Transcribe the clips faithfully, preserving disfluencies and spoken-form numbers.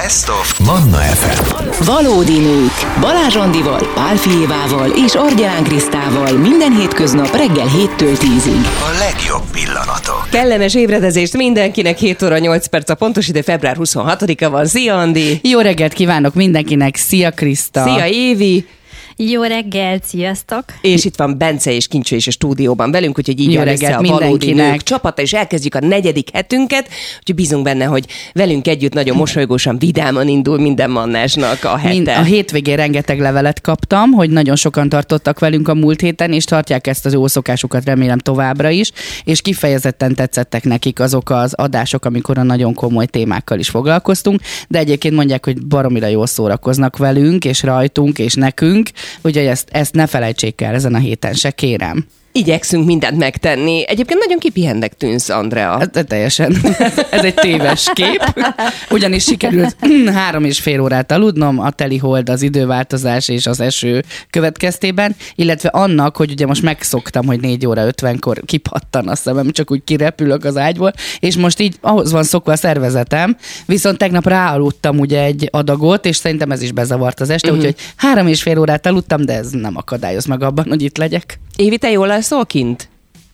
Best of Manna ef em. Valódi nők. Balázs Andival, Pál Fijévával és Argyán Krisztával minden hétköznap reggel héttől tízig. A legjobb pillanatok. Kellemes ébredezést mindenkinek, hét óra nyolc perc a pontos idő, február huszonhatodika van. Szia, Andi! Jó reggelt kívánok mindenkinek, szia Kriszta! Szia, Évi! Jó reggelt, sziasztok! És itt van Bence és Kincső is a stúdióban velünk, úgyhogy így Jó áll össze a Valódi Nők csapata, és elkezdjük a negyedik hetünket, úgyhogy bízunk benne, hogy velünk együtt nagyon mosolygósan, vidáman indul minden mannásnak a hete. Mind, a hétvégén rengeteg levelet kaptam, hogy nagyon sokan tartottak velünk a múlt héten, és tartják ezt az jó szokásukat, remélem továbbra is, és kifejezetten tetszettek nekik azok az adások, amikor a nagyon komoly témákkal is foglalkoztunk, de egyébként mondják, hogy baromira jól szórakoznak velünk, és rajtunk, és nekünk, úgyhogy ezt, ezt ne felejtsék el ezen a héten se, kérem. Igyekszünk mindent megtenni. Egyébként nagyon kipihennek tűnsz, Andrea. Ez, teljesen. Ez egy téves kép. Ugyanis sikerült három és fél órát aludnom, a teli hold, az időváltozás és az eső következtében, illetve annak, hogy ugye most megszoktam, hogy négy óra ötvenkor kipattan a szemem, csak úgy kirepülök az ágyból, és most így ahhoz van szokva a szervezetem, viszont tegnap ráaludtam ugye egy adagot, és szerintem ez is bezavart az este, uh-huh. úgyhogy három és fél órát aludtam, de ez nem akadályoz meg abban, hogy itt legyek. Évi, te jól alszol kint?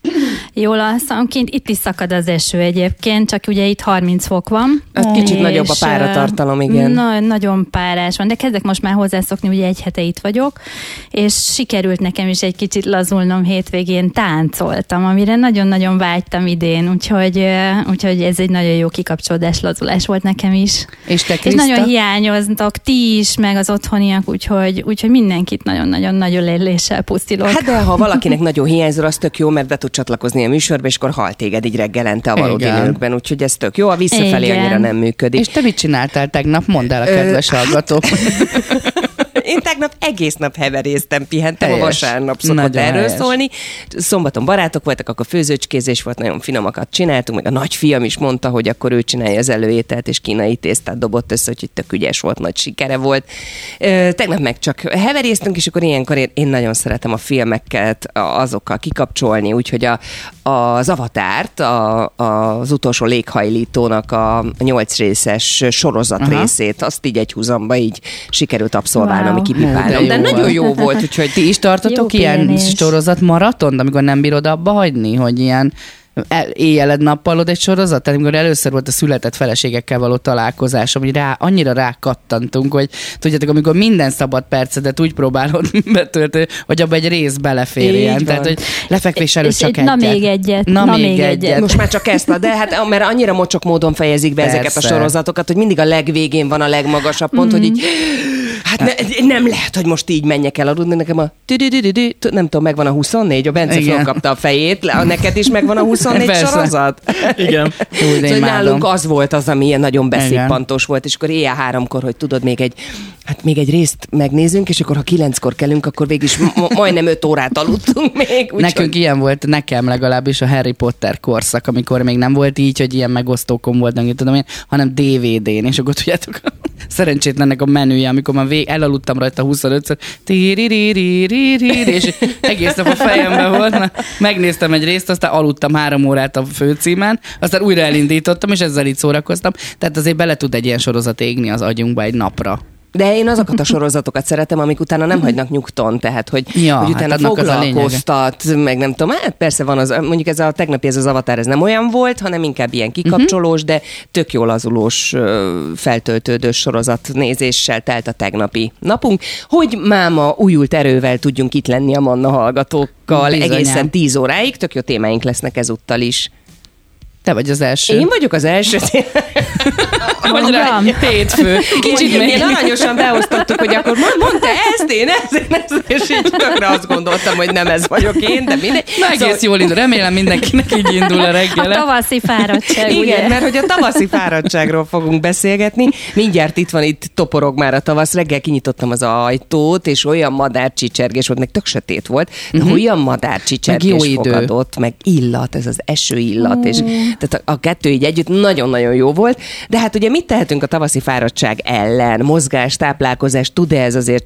Jól alszom kint, itt is szakad az eső egyébként, csak ugye itt harminc fok van. Hát kicsit nagyobb a páratartalom, igen. Na, nagyon párás van, de kezdek most már hozzászokni, ugye egy hete itt vagyok, és sikerült nekem is egy kicsit lazulnom hétvégén, táncoltam, amire nagyon-nagyon vágytam idén, úgyhogy, úgyhogy ez egy nagyon jó kikapcsolódás, lazulás volt nekem is. És te, Kriszta? És nagyon hiányoztak ti is, meg az otthoniak, úgyhogy, úgyhogy mindenkit nagyon-nagyon-nagyon léléssel pusztilok. Hát de ha valakinek nagyon hiányzol, az tök jó, mert be tud csatlakozni a műsorba, és akkor hal téged így reggelente a Valódi Nőkben, úgyhogy ez tök jó, a visszafelé igen. Annyira nem működik. És te mit csináltál tegnap? Mondd el a kedves Ö, hallgató. Hát... Én tegnap egész nap heveréztem, pihentem, helyes. A vasárnap szokott nagyon erről helyes. Szólni. Szombaton barátok voltak, akkor főzőcskézés volt, nagyon finomakat csináltunk, meg a nagyfiam is mondta, hogy akkor ő csinálja az előételt, és kínai tésztát dobott össze, úgyhogy tök ügyes volt, nagy sikere volt. Tegnap meg csak heveréztünk, és akkor ilyenkor én, én nagyon szeretem a filmeket azokkal kikapcsolni, úgyhogy a, az Avatárt, a, az utolsó léghajlítónak a nyolc részes sorozat Aha. részét, azt így egy húzamba így sikerült abszolválnom, ami kipipálom, de, de nagyon jó volt, úgyhogy ti is tartotok jó ilyen pihenés. Sorozat maratont, amikor nem bírod abba hagyni, hogy ilyen éjjeled nappalod egy sorozat? Tehát amikor először volt a született feleségekkel való találkozás, ami rá, annyira rákattantunk, hogy tudjátok, amikor minden szabad percedet úgy próbálod betölteni, hogy abba egy rész beleférjen. Tehát, hogy lefekvés előtt csak egyet. Na még egyet. Na, na még, még egyet. egyet. Most már csak ezt, de hát mert annyira mocsok módon fejezik be Persze. ezeket a sorozatokat, hogy mindig a legvégén van a legmagasabb pont, mm. hogy így hát ne, nem lehet, hogy most így menjek el aludni, nekem a nem tudom, megvan a huszonnégy, a Bence fölkapta a fejét, neked is megvan a huszonnégy Persze. sorozat? Igen. Szóval nálunk az volt az, ami ilyen nagyon beszippantos volt, és akkor éjjel háromkor, hogy tudod, még egy, hát még egy részt megnézünk, és akkor ha kilenckor kelünk, akkor végig is ma- majdnem öt órát aludtunk még. Úgy Nekünk hogy... ilyen volt, nekem legalábbis a Harry Potter korszak, amikor még nem volt így, hogy ilyen megosztókon volt, nem tudom én, hanem dé vé dén, és akkor tudjátok, szerencsétlennek a menüje, amikor már vég, elaludtam rajta huszonötször, és egész nap a fejemben volt, na, megnéztem egy részt, aztán aludtam három órát a főcímen, aztán újra elindítottam, és ezzel így szórakoztam. Tehát azért bele tud egy ilyen sorozat égni az agyunkba egy napra. De én azokat a sorozatokat szeretem, amik utána nem hagynak nyugton, tehát hogy, ja, hogy utána hát foglalkoztat, meg nem tudom, hát persze van az, mondjuk ez a tegnapi ez az Avatar, ez nem olyan volt, hanem inkább ilyen kikapcsolós, uh-huh. de tök jól lazulós, feltöltődős sorozat nézéssel telt a tegnapi napunk, hogy máma újult erővel tudjunk itt lenni a Manna hallgatókkal Bizonyám. Egészen tíz óráig, tök jó témáink lesznek ezúttal is. Te vagy az első. Én vagyok az első. Mondjam. Hétfő. Kicsit még aranyosan beosztottuk, hogy akkor mondd te ezt, én ezt, én ezt, és így tökre azt gondoltam, hogy nem ez vagyok én, de mindegy. Na, egész szóval... jól indul. Remélem mindenkinek így indul a reggel. A tavaszi fáradtság, Igen, ugye? mert hogy a tavaszi fáradtságról fogunk beszélgetni. Mindjárt itt van, itt toporog már a tavasz. Reggel kinyitottam az ajtót, és olyan madárcsicsergés volt, meg tök sötét volt, de uh-huh. olyan madárcsicsergés fogadott, meg illat, ez az eső illat, uh. és tehát a, a kettő így együtt nagyon-nagyon jó volt. De hát ugye mit tehetünk a tavaszi fáradtság ellen? Mozgás, táplálkozás, tud-e ez azért segíteni?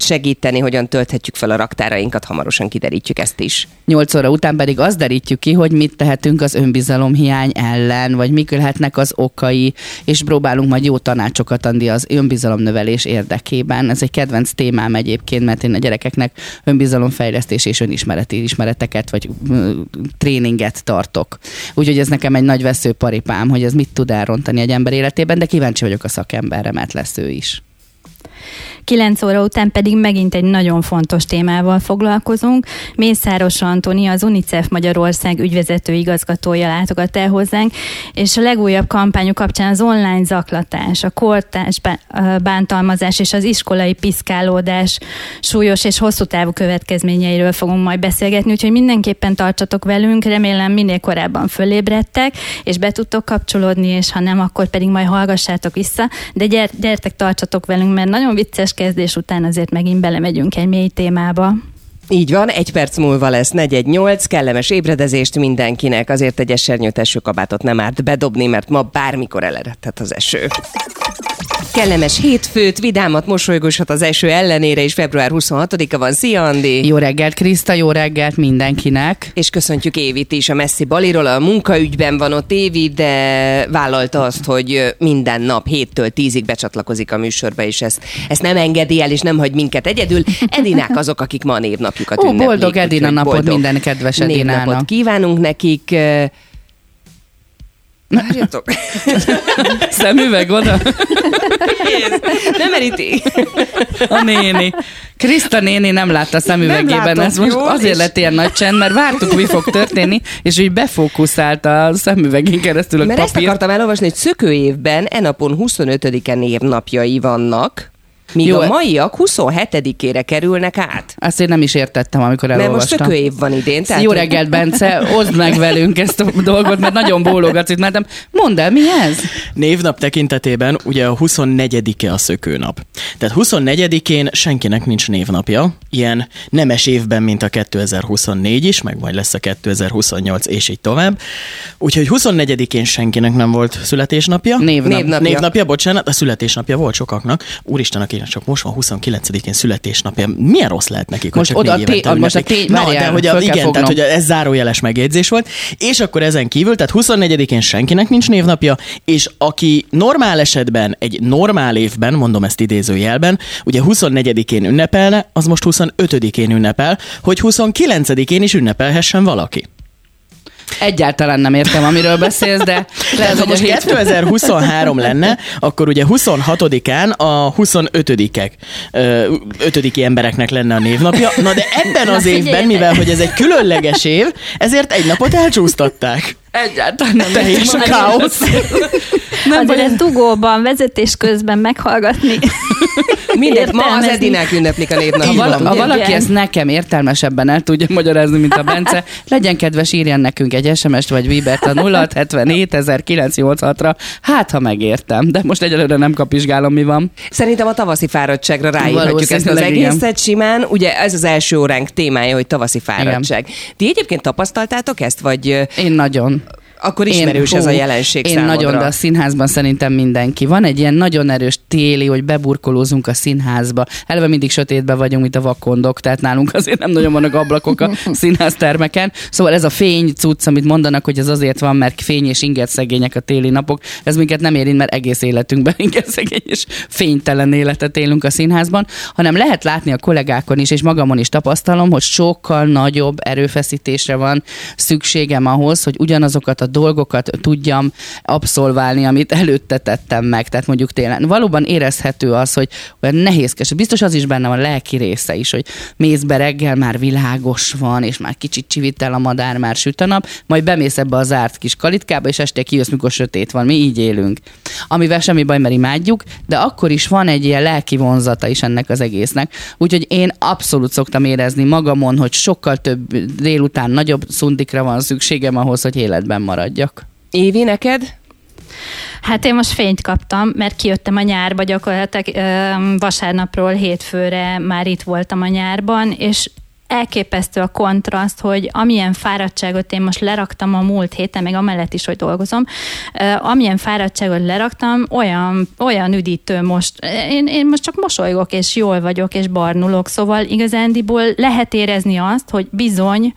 segíteni, hogyan tölthetjük fel a raktárainkat, hamarosan kiderítjük ezt is. nyolc óra után pedig azt derítjük ki, hogy mit tehetünk az önbizalomhiány ellen, vagy mik lehetnek az okai, és próbálunk majd jó tanácsokat adni az önbizalomnövelés érdekében. Ez egy kedvenc témám egyébként, mert én a gyerekeknek önbizalomfejlesztés és önismereti ismereteket, vagy tréninget tartok. Úgyhogy ez nekem egy nagy veszőparipám, hogy ez mit tud elrontani egy ember életében, de kíváncsi vagyok a szakemberre, mert lesz ő is. kilenc óra után pedig megint egy nagyon fontos témával foglalkozunk. Mészáros Antoni, az UNICEF Magyarország ügyvezető igazgatója látogat el hozzánk, és a legújabb kampányok kapcsán az online zaklatás, a kortárs bántalmazás és az iskolai piszkálódás súlyos és hosszú távú következményeiről fogunk majd beszélgetni, úgyhogy mindenképpen tartsatok velünk, remélem minél korábban fölébredtek, és be tudtok kapcsolódni, és ha nem, akkor pedig majd hallgassátok vissza, de gyere, gyertek, tartsatok velünk, mert nagyon vicces kezdés után azért megint belemegyünk egy mély témába. Így van, egy perc múlva lesz negyed nyolc, kellemes ébredezést mindenkinek, azért egy esernyőt esőkabátot nem árt bedobni, mert ma bármikor eleredhet az eső. Kellemes hétfőt, vidámat, mosolygósat az eső ellenére, és február huszonhatodika van. Szia, Andi! Jó reggelt, Kriszta, jó reggelt mindenkinek! És köszöntjük Évit is a messzi Baliról, a munkaügyben van ott Évi, de vállalta azt, hogy minden nap héttől tízig becsatlakozik a műsorba, és ezt, ezt nem engedi el, és nem hagy minket egyedül. Edinák azok, akik ma a névnapjukat Ó, ünneplik. boldog Edina napot minden kedves Edinának! Névnapot kívánunk nekik. Várjatok! Szemüveg oda? Nem meríti. A néni. Kriszta néni nem látta szemüvegében, ez most jól, azért és... lett ilyen nagy csend, mert vártuk, mi fog történni, és úgy befókuszált a szemüvegén keresztül a mert papír. Mert ezt akartam elolvasni, hogy szökőévben e napon huszonötödike névnapjai vannak, míg jó, a maiak huszonhetedikére kerülnek át. Azt én nem is értettem, amikor elolvastam. Mert most szökőév van idén. Tehát jó reggelt, Bence, oszd meg velünk ezt a dolgot, mert nagyon bólogatsz itt, mert mondd el, mi ez? Névnap tekintetében ugye a huszonnegyedike a szökőnap. Tehát huszonnegyedikén senkinek nincs névnapja, ilyen nemes évben, mint a kétezer-huszonnégy is, meg majd lesz a kétezer-huszonnyolc, és így tovább. Úgyhogy huszonnegyedikén senkinek nem volt születésnapja. Névnap. Névnapja. Névnapja, bocsánat, a születésnapja volt sokaknak. Úristen, aki csak most van huszonkilencedikén születésnapja. Milyen rossz lehet nekik, most hogy csak négy évente most a tény, Na, de hogy a, igen, tehát hogy ez zárójeles megjegyzés volt. És akkor ezen kívül, tehát huszonnegyedikén senkinek nincs névnapja, és aki normál esetben, egy normál évben, mondom ezt idézőjelben, ugye huszonnegyedikén ünnepelne, az most huszonötödikén ünnepel, hogy huszonkilencedikén is ünnepelhessen valaki. Egyáltalán nem értem, amiről beszélsz, de lehet, hogy most kétezer-huszonhárom lenne, akkor ugye huszonhatodikán a huszonötödikek, ötödiki embereknek lenne a névnapja. Na de ebben az évben, mivel hogy ez egy különleges év, ezért egy napot elcsúsztatták. Egyáltalán nem. Teljes a káosz. Nem azért ezt dugóban, vezetés közben meghallgatni. Mindent ma az Edinák ünneplik a névnapot. Ha, vala, ha valaki ezt nekem értelmesebben el tudja magyarázni, mint a Bence, legyen kedves, írjen nekünk egy es em est vagy Vibert a nulla hat hetvenhét ezerkilencszáznyolcvanhatra. Hát, ha megértem, de most egyelőre nem kapizsgálom, mi van. Szerintem a tavaszi fáradtságra ráírhatjuk ezt az egészet igen. simán. Ugye ez az első óránk témája, hogy tavaszi fáradtság. Igen. Ti egyébként tapasztaltátok ezt, vagy... Én nagyon. Akkor ismerős én, ez hú, a jelenség én számodra. Nagyon, de a színházban szerintem mindenki. Van egy ilyen nagyon erős téli, hogy beburkolózunk a színházba. Eleve mindig sötétben vagyunk, mint a vakondok, tehát nálunk azért nem nagyon vannak ablakok a színháztermeken. Szóval ez a fény cucc, amit mondanak, hogy ez azért van, mert fény és ingerszegények a téli napok, ez minket nem érint, mert egész életünkben ingerszegény és fénytelen életet élünk a színházban, hanem lehet látni a kollégákon is, és magamon is tapasztalom, hogy sokkal nagyobb erőfeszítésre van szükségem ahhoz, hogy ugyanazokat a dolgokat tudjam abszolválni, amit előtte tettem meg. Tehát mondjuk télen. Valóban érezhető az, hogy olyan nehézkes. Biztos az is benne van a lelki része is, hogy mész be reggel, már világos van, és már kicsit csivitel a madár, már süt a nap, majd bemész ebbe a zárt kis kalitkába, és este kijössz, mikor sötét van. Mi így élünk. Amivel semmi baj, mert imádjuk, de akkor is van egy ilyen lelki vonzata is ennek az egésznek. Úgyhogy én abszolút szoktam érezni magamon, hogy sokkal több délután nagyobb szundikra van szükségem ahhoz, hogy életben maradjak. Évi, neked? Hát én most fényt kaptam, mert kijöttem a nyárba, gyakorlatilag vasárnapról hétfőre már itt voltam a nyárban, és elképesztő a kontraszt, hogy amilyen fáradtságot én most leraktam a múlt héten, meg amellett is, hogy dolgozom, amilyen fáradtságot leraktam, olyan, olyan üdítő most. Én, én most csak mosolygok, és jól vagyok, és barnulok, szóval igazándiból lehet érezni azt, hogy bizony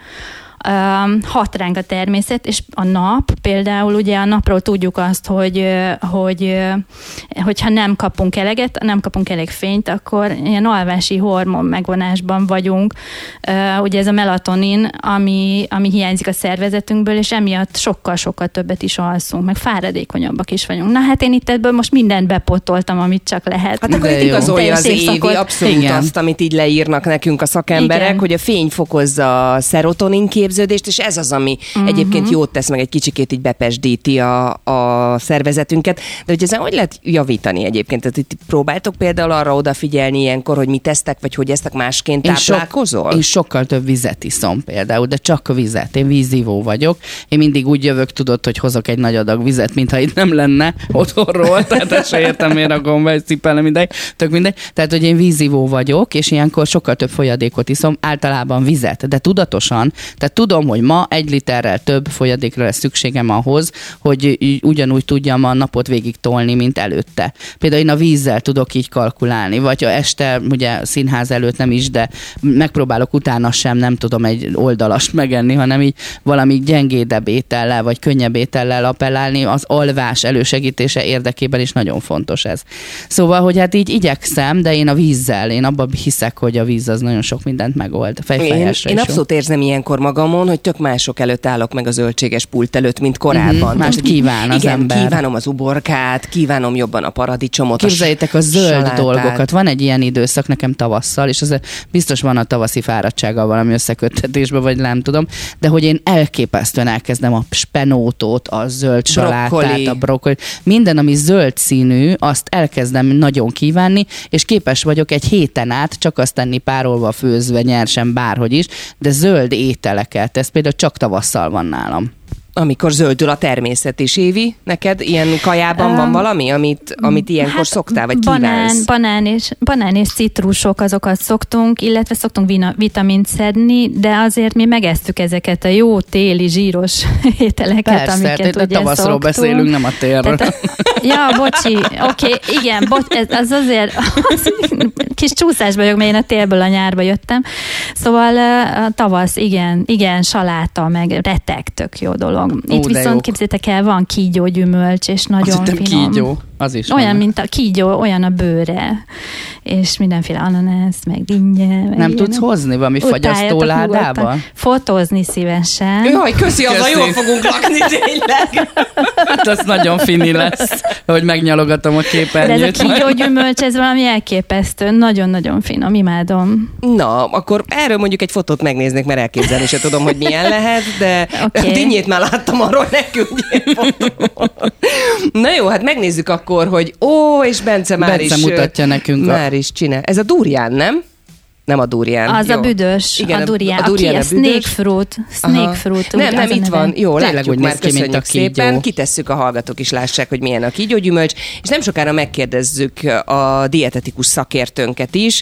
hat ránk a természet, és a nap, például ugye a napról tudjuk azt, hogy, hogy hogyha nem kapunk eleget, nem kapunk elég fényt, akkor ilyen alvási hormon megvonásban vagyunk. Ugye ez a melatonin, ami, ami hiányzik a szervezetünkből, és emiatt sokkal-sokkal többet is alszunk, meg fáradékonyabbak is vagyunk. Na hát én itt ebből most mindent bepotoltam, amit csak lehet. Hát akkor itt igazolja az Évi abszolút igen. azt, amit így leírnak nekünk a szakemberek, igen. hogy a fény fokozza a szerotonin képzést, és ez az, ami uh-huh. egyébként jót tesz, meg egy kicsikét így bepesdíti a, a szervezetünket. De hogy ezen hogy lehet javítani egyébként? Tehát itt próbáltok például arra odafigyelni ilyenkor, hogy mit tesztek, vagy hogy esztek másként én táplálkozol? Sok, én sokkal több vizet iszom például, de csak a vizet. Én vízivó vagyok. Én mindig úgy jövök, tudod, hogy hozok egy nagy adag vizet, mintha itt nem lenne otthonról. Tehát ezt se értem, miért rakom be, hogy cipelne mindegy. Tök mindegy. Tehát, hogy én vízivó vagyok, és ilyenkor sokkal több folyadékot iszom, általában vizet, de tudatosan. Tehát tudom, hogy ma egy literrel több folyadékra lesz szükségem ahhoz, hogy ugyanúgy tudjam a napot végig tolni, mint előtte. Például én a vízzel tudok így kalkulálni, vagy ha este, ugye színház előtt nem is, de megpróbálok utána sem, nem tudom egy oldalast megenni, hanem így valami gyengédebb étellel, vagy könnyebb étellel appellálni, az alvás elősegítése érdekében is nagyon fontos ez. Szóval, hogy hát így igyekszem, de én a vízzel, én abban hiszek, hogy a víz az nagyon sok mindent megold. Fejfájásra Én, én is abszolút jó. érzem ilyenkor magamon, hogy tök mások előtt állok meg a zöldséges pult előtt, mint korábban. Mm-hmm, mást kíván az igen, ember. kívánom az uborkát, kívánom jobban a paradicsomot. Képzeljétek a zöld salátát. dolgokat. Van egy ilyen időszak nekem tavasszal, és az biztos van a tavaszi fáradtsággal valami összeköttetésben, vagy nem tudom, de hogy én elképesztően elkezdem a spenótot, a zöld salátát, brokkoli. a brokkoli, minden, ami zöld színű, azt elkezdem nagyon kívánni, és képes vagyok egy héten át csak azt tenni párolva, főzve, nyersen, bárhogy is, de zöld ételeket, ez például csak tavasszal van nálam. Amikor zöldül a természet is, Évi, neked ilyen kajában um, van valami, amit, amit ilyenkor hát szoktál, vagy banán, kívánsz? Banán és, banán és citrusok, azokat szoktunk, illetve szoktunk vina, vitamint szedni, de azért mi megesztük ezeket a jó téli zsíros ételeket, persze, amiket ugye tavaszról szoktunk. beszélünk, nem a térről. Tehát, ja, bocsi, oké, okay, igen, bocs, ez, az azért az, kis csúszás vagyok, mert én a télből a nyárba jöttem. Szóval a tavasz, igen, igen, saláta, meg retek, tök jó dolog. Itt Ó, viszont képzétek el, van kígyógyümölcs, és nagyon azt finom. Kígyó, az is olyan, van. mint a kígyó, olyan a bőre, és mindenféle ananász, meg dinnye. Meg nem ilyen. tudsz hozni valami fagyasztó ládába? Fotózni szívesen. Jaj, köszi, azzal jól fogunk lakni tényleg. Hát az nagyon fini lesz, hogy megnyalogatom a képernyőt. De ez a kígyógyümölcs, ez valami elképesztő, nagyon-nagyon finom, imádom. Na, akkor erről mondjuk egy fotót megnéznék, mert elképzelni se tudom, hogy milyen lehet, de okay. a dinnyét már láttam, arról nekünk egy fotót. Na jó, hát megnézzük akkor, hogy ó, és Bence már Bence is... mutatja nekünk. Már a... is csinál. Ez a durián, nem? Nem a durián. Az jó. A büdös, igen, a durián. A durián, a, a snake fruit. Snake fruit. Nem, nem, itt van. Jó, tényleg látjuk úgy már, néz ki, mint a köszönjük kígyó. szépen. Kitesszük, a hallgatók is lássák, hogy milyen a kígyógyümölcs, és nem sokára megkérdezzük a dietetikus szakértőnket is,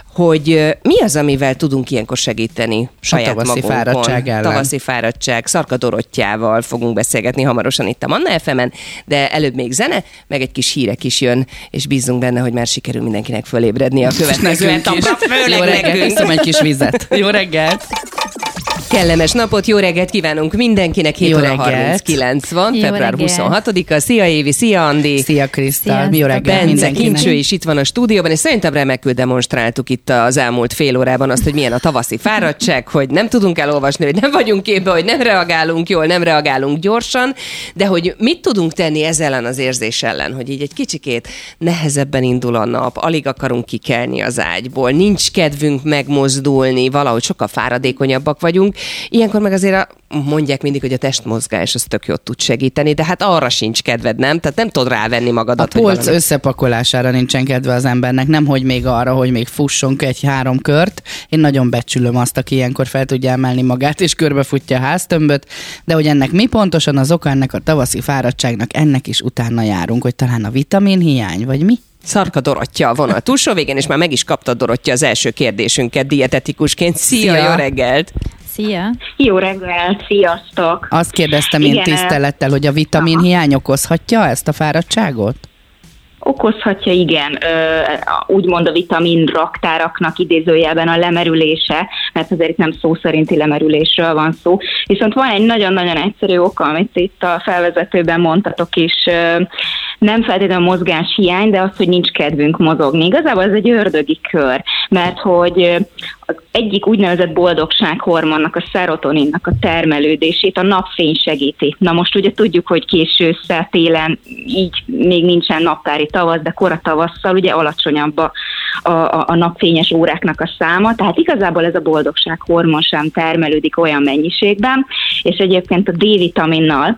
hogy mi az, amivel tudunk ilyenkor segíteni saját tavaszi magunkon. fáradtság ellen. Tavaszi fáradtság. Szarka Dorottyával fogunk beszélgetni hamarosan itt a Manna ef emen, de előbb még zene, meg egy kis hírek is jön, és bízzunk benne, hogy már sikerül mindenkinek fölébredni a következő etapra. Jó reggelt, iszom egy kis vizet. Jó reggelt! Kellemes napot, jó reggelt kívánunk mindenkinek, hét óra harminckilenc van, Jó február reggelt. huszonhatodika. Szia Évi, szia Andi! Szia Krisztál, Sziasztok. jó reggelt Bence mindenkinek! Kincső is itt van a stúdióban, és szerintem remekül demonstráltuk itt az elmúlt fél órában azt, hogy milyen a tavaszi fáradtság, hogy nem tudunk elolvasni, hogy nem vagyunk képbe, hogy nem reagálunk jól, nem reagálunk gyorsan, de hogy mit tudunk tenni ezzel ellen az érzés ellen, hogy így egy kicsikét nehezebben indul a nap, alig akarunk kikelni az ágyból, nincs kedvünk megmozdulni, valahogy sokkal fáradékonyabbak vagyunk. Ilyenkor meg azért a, mondják mindig, hogy a testmozgás az tök jót tud segíteni, de hát arra sincs kedved, nem? Tehát nem tudod rávenni magadat. A polc valami... összepakolására nincsen kedve az embernek, nemhogy még arra, hogy még fusson egy három kört. Én nagyon becsülöm azt, aki ilyenkor fel tudja emelni magát, és körbefutja a háztömböt, de hogy ennek mi pontosan az oka, ennek a tavaszi fáradtságnak, ennek is utána járunk, hogy talán a vitaminhiány, vagy mi? Szarka Dorottya a vonal túlsó végén, és már meg is kapta Dorottya az első kérdésünket dietetikusként. Szia, Szia. Jó reggelt! Szia! Jó reggelt, sziasztok! Azt kérdeztem én tisztelettel, hogy a vitaminhiány okozhatja ezt a fáradtságot? Okozhatja, igen, úgymond a vitamin raktáraknak idézőjelben a lemerülése, mert azért itt nem szó szerinti lemerülésről van szó. Viszont van egy nagyon-nagyon egyszerű oka, amit itt a felvezetőben mondtatok is, nem feltétlenül mozgás hiány, de az, hogy nincs kedvünk mozogni. Igazából ez egy ördögi kör, mert hogy az egyik úgynevezett boldogsághormonnak, a szerotoninnak a termelődését a napfény segíti. Na most ugye tudjuk, hogy késő ősszel, télen így még nincsen naptári tavasz, de kora tavasszal ugye alacsonyabb a, a, a napfényes óráknak a száma, tehát igazából ez a boldogsághormon sem termelődik olyan mennyiségben, és egyébként a D-vitaminnal,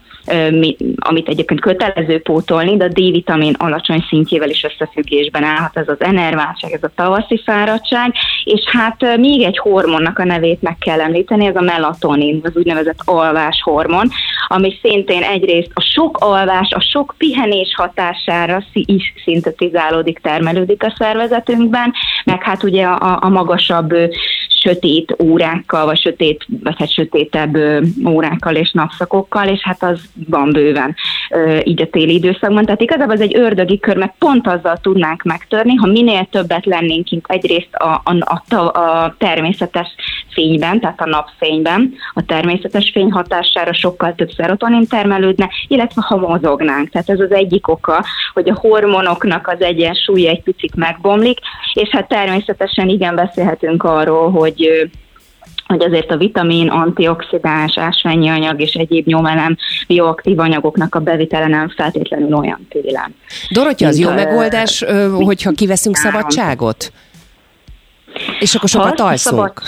amit egyébként kötelező pótolni, de a D-vitamin alacsony szintjével is összefüggésben állhat ez az enerváltság, ez a tavaszi fáradtság, és hát még egy hormonnak a nevét meg kell említeni, ez a melatonin, az úgynevezett alváshormon, ami szintén egyrészt a sok alvás, a sok pihenés hatására is szintetizálódik, termelődik a szervezetünkben, meg hát ugye a, a magasabb sötét órákkal, vagy sötét, vagy hát sötétebb órákkal és napszakokkal, és hát az van bőven így a téli időszakban. Tehát igazából ez egy ördögi kör, mert pont azzal tudnánk megtörni, ha minél többet lennénk egyrészt a, a, a, a természetes fényben, tehát a napfényben, a természetes fény hatására sokkal több szerotonin termelődne, illetve ha mozognánk. Tehát ez az egyik oka, hogy a hormonoknak az egyensúlya egy picit megbomlik, és hát természetesen igen beszélhetünk arról, hogy hogy azért a vitamin, antioxidáns, ásványi anyag és egyéb nyomelem bioaktív anyagoknak a bevitele nem feltétlenül olyan télen. Dorottya, az jó megoldás, hogyha kiveszünk szabadságot? És akkor sokat alszunk.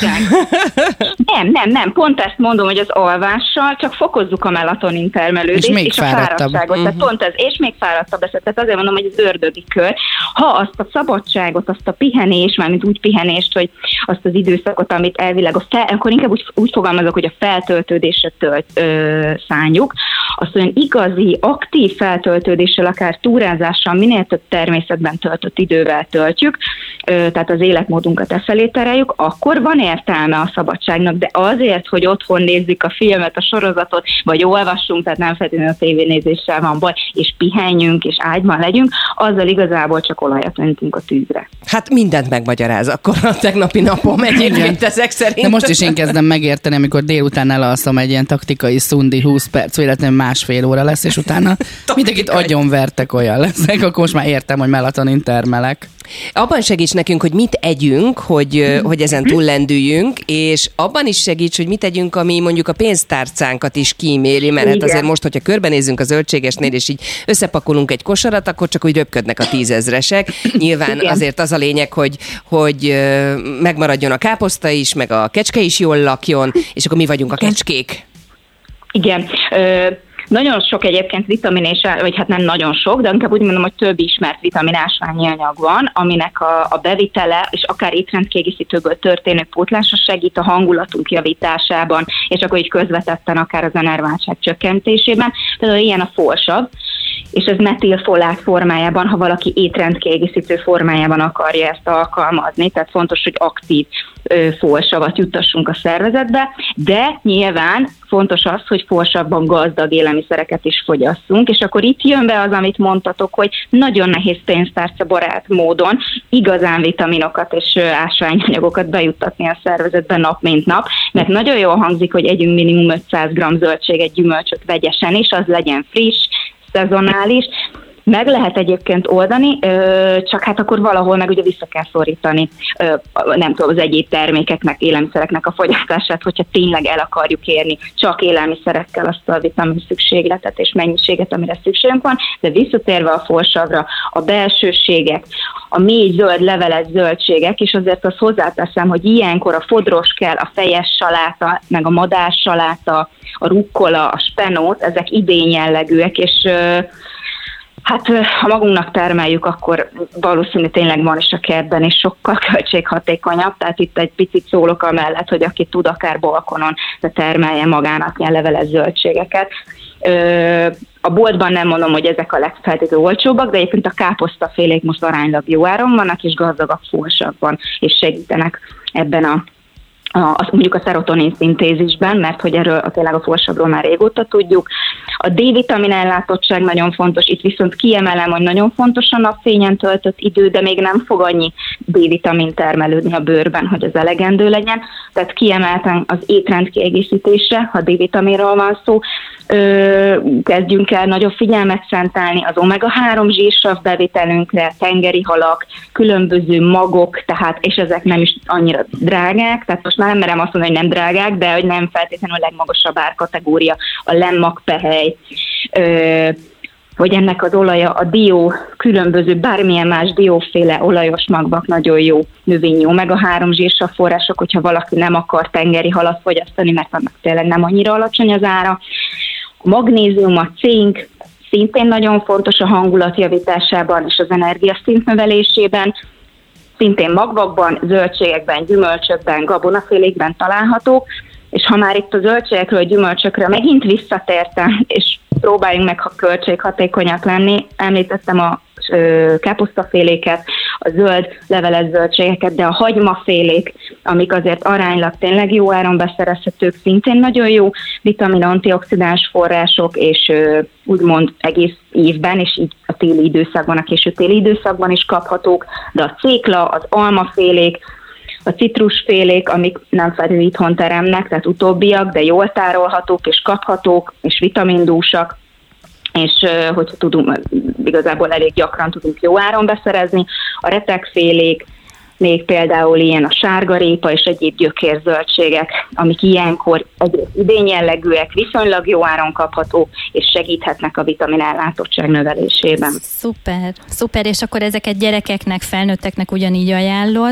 Nem, nem, nem. Pont ezt mondom, hogy az alvással csak fokozzuk a melatonin termelődést és, és a fáradtságot. Uh-huh. Tehát pont ez, és még fáradtabb lesz. Tehát azért mondom, hogy az ördögi kör. Ha azt a szabadságot, azt a pihenést, mármint úgy pihenést, hogy azt az időszakot, amit elvileg a fel, akkor inkább úgy, úgy fogalmazok, hogy a feltöltődésre tölt, ö, szánjuk, azt olyan igazi, aktív feltöltődéssel, akár túrázással, minél több természetben töltött idővel töltjük, ö, tehát az életmódunkat e felé tereljük, akkor van értelme a szabadságnak, de azért, hogy otthon nézzük a filmet, a sorozatot, vagy olvassunk, tehát nem feltétlenül a tévénézéssel van baj, és pihenjünk, és ágyban legyünk, azzal igazából csak olajat öntünk a tűzre. Hát mindent megmagyaráz akkor a tegnapi napom egyébként ezek szerint. De most is én kezdem megérteni, amikor délután elalszom egy ilyen taktikai szundi húsz perc, véletlenül másfél óra lesz, és utána mindenkit agyonvertek, olyan leszek, akkor most már értem, hogy melatonin termelek. Abban segíts nekünk, hogy mit együnk, hogy, hogy ezen túllendüljünk, és abban is segíts, hogy mit együnk, ami mondjuk a pénztárcánkat is kíméli, mert hát azért most, hogyha körbenézünk a zöldségesnél, és így összepakolunk egy kosarat, akkor csak úgy röpködnek a tízezresek. Nyilván igen. Azért az a lényeg, hogy, hogy megmaradjon a káposzta is, meg a kecske is jól lakjon, és akkor mi vagyunk a kecskék. Igen. Ö- Nagyon sok egyébként vitamin és, vagy hát nem nagyon sok, de inkább úgy mondom, hogy több ismert vitamin ásványi anyag van, aminek a, a bevitele és akár étrendkiegészítőből történő pótlása segít a hangulatunk javításában, és akkor így közvetetten akár az enerváltság csökkentésében. Például ilyen a folsav, és ez metilfolát formájában, ha valaki étrendkiegészítő formájában akarja ezt alkalmazni, tehát fontos, hogy aktív ö, folsavat juttassunk a szervezetbe, de nyilván fontos az, hogy folsavban gazdag élelmiszereket is fogyasszunk, és akkor itt jön be az, amit mondtatok, hogy nagyon nehéz pénztárca barát módon igazán vitaminokat és ö, ásványanyagokat bejuttatni a szervezetbe nap mint nap, mert nagyon jól hangzik, hogy együnk minimum ötszáz gramm zöldséget, gyümölcsöt vegyesen, és az legyen friss, szezonális. Meg lehet egyébként oldani, csak hát akkor valahol meg ugye vissza kell szorítani, nem tudom, az egyéb termékeknek, élelmiszereknek a fogyasztását, hogyha tényleg el akarjuk érni csak élelmiszerekkel azt a vitamin szükségletet és mennyiséget, amire szükségünk van, de visszatérve a folsavra, a belsőségek, a mély zöld leveles zöldségek, és azért azt hozzáteszem, hogy ilyenkor a fodros kell, a fejes saláta, meg a madás saláta, a rukkola, a spenót, ezek idén jellegűek, és Hát ha magunknak termeljük, akkor valószínű tényleg van is a kertben, és sokkal költséghatékonyabb, tehát itt egy picit szólok amellett, hogy aki tud akár balkonon, de termelje magának ilyen leveles zöldségeket. A boltban nem mondom, hogy ezek a legfeltétlenül olcsóbbak, de egyébként a káposztafélék most aránylag jó áron vannak, és gazdagabb fósakban, és segítenek ebben a A, az, mondjuk a szerotonin szintézisben, mert hogy erről a, tényleg a forsabról már régóta tudjuk. A D-vitamin ellátottság nagyon fontos, itt viszont kiemelem, hogy nagyon fontos a napfényen töltött idő, de még nem fog annyi D-vitamin termelődni a bőrben, hogy az elegendő legyen. Tehát kiemeltem az étrend kiegészítésre, ha D-vitaminról van szó, Ö, kezdjünk el nagyobb figyelmet szentelni az omega három zsírsav bevitelünkre, tengeri halak, különböző magok, tehát, és ezek nem is annyira drágák, tehát most már nem merem azt mondani, hogy nem drágák, de hogy nem feltétlenül a legmagasabb árkategória, a lemmagpehely, ö, hogy ennek az olaja, a dió, különböző bármilyen más dióféle olajos magvak nagyon jó növényi omega három zsírsav források, hogyha valaki nem akar tengeri halat fogyasztani, mert annak tényleg nem annyira alacsony az ára. A magnézium, a cink szintén nagyon fontos a hangulat javításában és az energiaszint növelésében. Szintén magvakban, zöldségekben, gyümölcsökben, gabonafélékben találhatók, és ha már itt a zöldségekről, gyümölcsökről megint visszatértem, és próbáljunk meg ha költséghatékonyak lenni, említettem a ö, káposztaféléket, a zöld leveles zöldségeket, de a hagymafélék, amik azért aránylag tényleg jó áron beszerezhetők, szintén nagyon jó vitamin, antioxidáns források, és ö, úgymond egész évben, és így a téli időszakban, a késő téli időszakban is kaphatók, de a cékla, az almafélék, a citrusfélék, amik nem felül itthon teremnek, tehát utóbbiak, de jól tárolhatók és kaphatók, és vitamindúsak, és hogyha tudunk, igazából elég gyakran tudunk jó áron beszerezni. A retekfélék, még például ilyen a sárgarépa és egyéb gyökérzöldségek, amik ilyenkor egyrészt idén jellegűek, viszonylag jó áron kaphatók, és segíthetnek a vitamin ellátottság növelésében. Szuper, szuper, és akkor ezeket gyerekeknek, felnőtteknek ugyanígy ajánlod?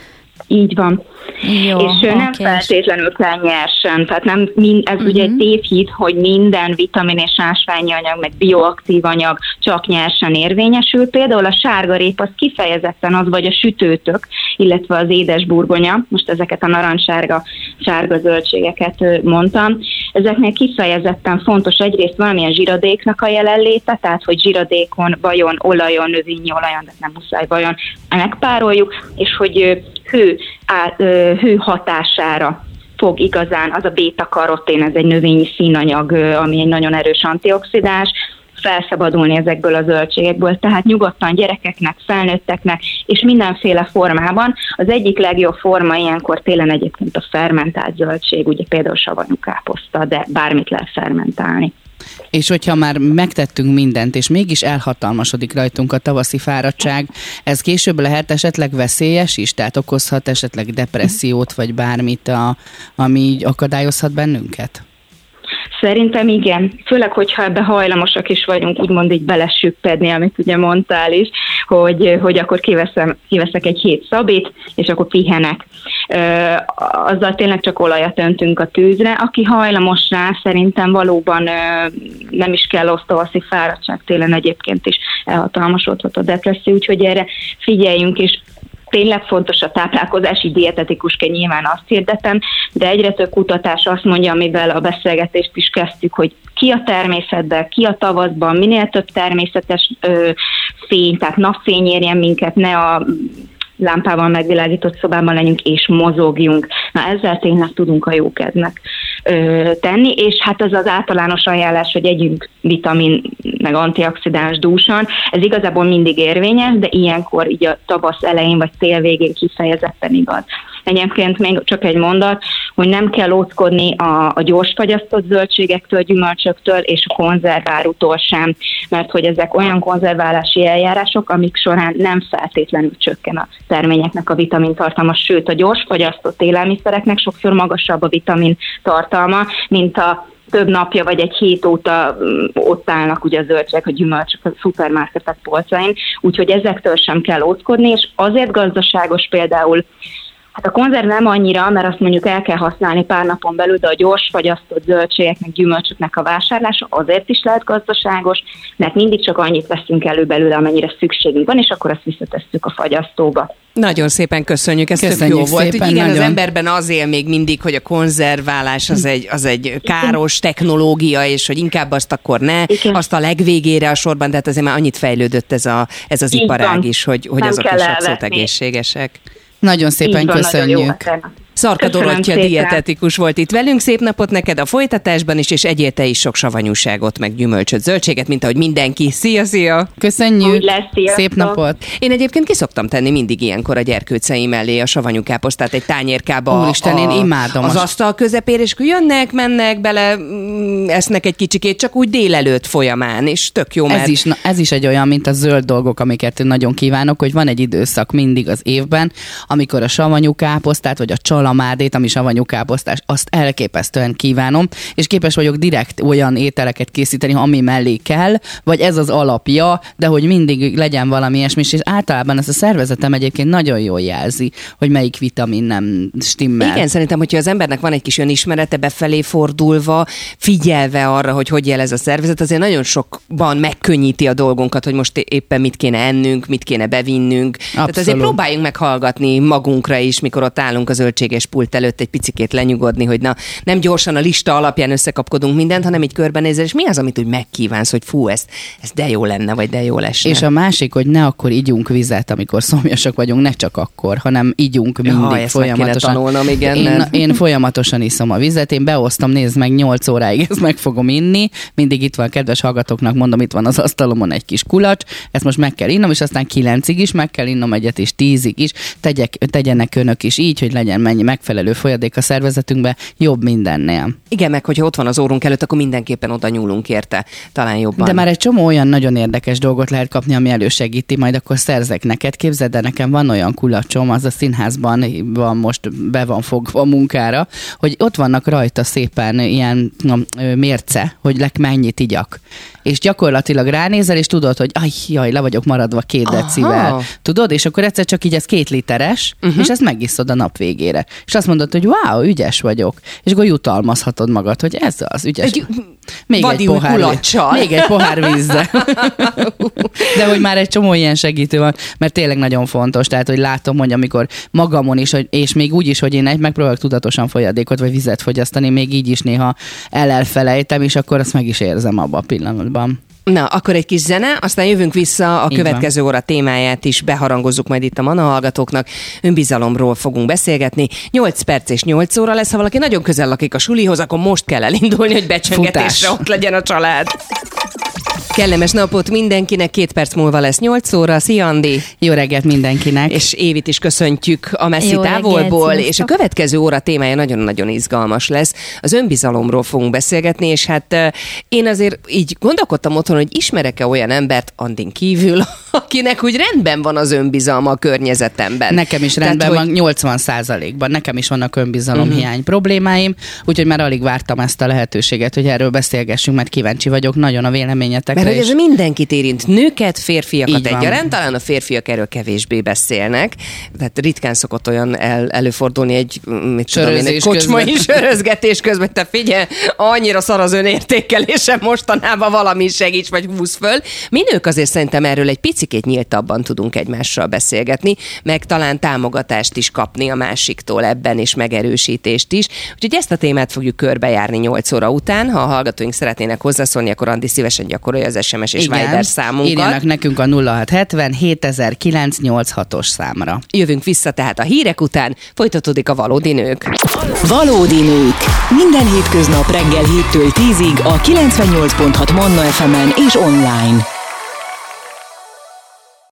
Így van. Jó, és nem okés. feltétlenül kell nyersen, tehát nem, ez uh-huh. ugye egy tévhit, hogy minden vitamin és ásványi anyag, meg bioaktív anyag csak nyersen érvényesül. Például a sárgarép az kifejezetten az, vagy a sütőtök, illetve az édesburgonya, most ezeket a narancssárga sárga zöldségeket mondtam, ezeknél kifejezetten fontos egyrészt valamilyen zsiradéknak a jelenléte, tehát hogy zsiradékon, vajon, olajon, növényi olajon, de nem muszáj vajon megpároljuk, és hogy hő, á, hő hatására fog igazán, az a béta-karotén, ez egy növényi színanyag, ami egy nagyon erős antioxidáns, felszabadulni ezekből a zöldségekből, tehát nyugodtan gyerekeknek, felnőtteknek, és mindenféle formában. Az egyik legjobb forma ilyenkor télen egyébként a fermentált zöldség, ugye például savanyú káposzta, de bármit lehet fermentálni. És hogyha már megtettünk mindent, és mégis elhatalmasodik rajtunk a tavaszi fáradtság, ez később lehet esetleg veszélyes is? Tehát okozhat esetleg depressziót, vagy bármit, a, ami így akadályozhat bennünket? Szerintem igen, főleg, hogyha ebbe hajlamosak is vagyunk, úgymond így belesüppedni, amit ugye mondtál is, hogy, hogy akkor kiveszem, kiveszek egy hét szabit, és akkor pihenek. Ö, azzal tényleg csak olajat öntünk a tűzre. Aki hajlamos rá, szerintem valóban ö, nem is kell osztavaszi fáradtság, télen egyébként is elhatalmasodhat a depresszió, úgyhogy erre figyeljünk, és tényleg fontos a táplálkozási dietetikusként, nyilván azt hirdetem, de egyre több kutatás azt mondja, amivel a beszélgetést is kezdtük, hogy ki a természetben, ki a tavaszban, minél több természetes ö, fény, tehát napfény érjen minket, ne a lámpával megvilágított szobában legyünk, és mozogjunk. Na ezzel tényleg tudunk a jókedvnek ö, tenni, és hát ez az általános ajánlás, hogy együnk vitamin, meg antioxidáns dúsan, ez igazából mindig érvényes, de ilyenkor így a tavasz elején, vagy tél végén kifejezetten igaz. Egyébként még csak egy mondat, hogy nem kell óckodni a, a gyorsfagyasztott zöldségektől, gyümölcsöktől és a konzervárutól sem, mert hogy ezek olyan konzerválási eljárások, amik során nem feltétlenül csökken a terményeknek a vitamin tartalma, sőt a gyorsfagyasztott élelmiszereknek sokszor magasabb a vitamin tartalma, mint a több napja vagy egy hét óta ott állnak ugye a zöldségek, a gyümölcsök a szupermarketek polcain, úgyhogy ezektől sem kell óckodni, és azért gazdaságos például Hát a konzerv nem annyira, mert azt mondjuk el kell használni pár napon belül, de a gyors fagyasztott zöldségeknek, gyümölcsöknek a vásárlása azért is lehet gazdaságos, mert mindig csak annyit veszünk elő belőle, amennyire szükségünk van, és akkor azt visszatesszük a fagyasztóba. Nagyon szépen köszönjük, ez köszönjük tök jó volt. szépen, Úgy, igen, nagyon. az emberben az él még mindig, hogy a konzerválás az egy, az egy káros technológia, és hogy inkább azt akkor ne, igen. azt a legvégére a sorban, tehát azért már annyit fejlődött ez, a, ez az így iparág van. is, hogy, hogy azok is abszolút egészségesek. Nagyon szépen van, köszönjük. nagyon jó. Szarka Köszönöm Dorottya szépen. dietetikus volt itt velünk. Szép napot neked a folytatásban is, és egyél te is sok savanyúságot, meg gyümölcsöt, zöldséget, mint ahogy mindenki. Szia, szia! Köszönjük! Úgy lesz, sziasztok. Szép napot! Én egyébként ki szoktam tenni mindig ilyenkor a gyerkőceim mellé a savanyúkáposztát egy tányérkába. Úristen, a, én imádom. Az asztal közepére, és akkor jönnek, mennek bele, mm, esznek egy kicsikét, csak úgy délelőtt folyamán, és tök jó, mert... Ez is, na, ez is egy olyan, mint a zöld dolgok, amiket én nagyon kívánok, hogy van egy időszak mindig az évben, amikor a savanyúkáposztát, vagy a csalamádét, ami savanyúkáposztás, azt elképesztően kívánom, és képes vagyok direkt olyan ételeket készíteni, ami mellé kell, vagy ez az alapja, de hogy mindig legyen valami ilyesmi, és általában ez a szervezetem egyébként nagyon jól jelzi, hogy melyik vitamin nem stimmel. Igen, szerintem, hogyha az embernek van egy kis önismerete befelé fordulva, figyelve arra, hogy hogy jelez a szervezet, azért nagyon sokban megkönnyíti a dolgunkat, hogy most éppen mit kéne ennünk, mit kéne bevinnünk. Abszolút. Tehát azért próbáljunk meg hallgatni magunkra is, mikor ott állunk a zöldséges pult előtt, egy picikét lenyugodni, hogy na, nem gyorsan a lista alapján összekapkodunk mindent, hanem így körbenézel, és mi az, amit úgy megkívánsz, hogy fú, ez, ez de jó lenne, vagy de jó lesne. És a másik, hogy ne akkor ígyunk vizet, amikor szomjasak vagyunk, ne csak akkor, hanem ígyunk mindig ja, ezt folyamatosan. Meg tanulnom, igen, én, én folyamatosan iszom a vizet, én beosztom, nézd meg, nyolc óráig ezt meg fogom inni, mindig itt van, kedves hallgatóknak mondom, itt van az asztalomon egy kis kulacs, ezt most meg kell innom, és aztán kilencig is meg kell innom egyet, és tízig is, Tegyek, tegyenek önök is így, hogy legyen mennyi megfelelő folyadék a szervezetünkbe, jobb mindennél. Igen, meg hogyha ott van az órunk előtt, akkor mindenképpen oda nyúlunk érte, talán jobban. De már egy csomó olyan nagyon érdekes dolgot lehet kapni, ami elősegíti, majd akkor szerzek neked. Képzeld el, nekem van olyan kulacsom, az a színházban van most, be van fogva a munkára, hogy ott vannak rajta szépen ilyen na, mérce, hogy lek mennyit igyak. És gyakorlatilag ránézel, és tudod, hogy aj, jaj, le vagyok maradva két Aha. decivel. Tudod? És akkor egyszer csak így ez két literes, uh-huh. és ezt megiszod a nap végére. És azt mondod, hogy wow, ügyes vagyok. És akkor jutalmazhatod magad, hogy ez az, ügyes. Egy, még egy pohár kulacsal. Még egy pohár vízzel. De hogy már egy csomó ilyen segítő van, mert tényleg nagyon fontos. Tehát, hogy látom, hogy amikor magamon is, hogy, és még úgy is, hogy én egy megpróbálok tudatosan folyadékot vagy vizet fogyasztani, még így is néha elelfelejtem, és akkor azt meg is érzem abban a pillanatban. Na, akkor egy kis zene, aztán jövünk vissza, a Így következő van. Óra témáját is beharangozzuk majd itt a Manna hallgatóknak. Önbizalomról fogunk beszélgetni. nyolc perc és nyolc óra lesz, ha valaki nagyon közel lakik a sulihoz, akkor most kell elindulni, hogy becsöngetésre ott legyen a család. Kellemes napot mindenkinek, két perc múlva lesz nyolc óra. Szia, Andi! Jó reggelt mindenkinek! És Évit is köszöntjük a messzi Jó távolból, reggelt, és a következő óra témája nagyon-nagyon izgalmas lesz. Az önbizalomról fogunk beszélgetni, és hát én azért így gondolkodtam otthon, hogy ismerek-e olyan embert Andin kívül, akinek úgy rendben van az önbizalma a környezetemben. Nekem is rendben Tehát, van, hogy... nyolcvan százalékban. Nekem is vannak önbizalomhiány Uh-huh. problémáim, úgyhogy már alig vártam ezt a lehetőséget, hogy erről beszélgessünk, mert kíváncsi vagyok nagyon a véleményetekre. Mert hogy ez mindenkit érint, nőket, férfiakat Így van. egyaránt, talán a férfiak erről kevésbé beszélnek. Tehát ritkán szokott olyan el, előfordulni egy, mit tudom én, egy kocsmai közben. sörözgetés közben, te figyelj, annyira szar az önértékelésem mostanában, valami segíts, vagy húz föl. Mi nők azért szerintem erről egy picikét nyíltabban tudunk egymással beszélgetni, meg talán támogatást is kapni a másiktól ebben, és megerősítést is. Úgyhogy ezt a témát fogjuk körbejárni nyolc óra után. Ha a hallgatóink szeretnének hozzászólni, akkor Andi szívesen gyakorolja az es em es és Igen, Viber számunkat. írjanak nekünk a nulla hat hetven hétezer-kilenc nyolcvanhatos számra. Jövünk vissza tehát a hírek után, folytatódik a Valódi Nők. Valódi nők. Minden hétköznap reggel héttől tízig a kilencvennyolc pont hat Manna ef emen és online.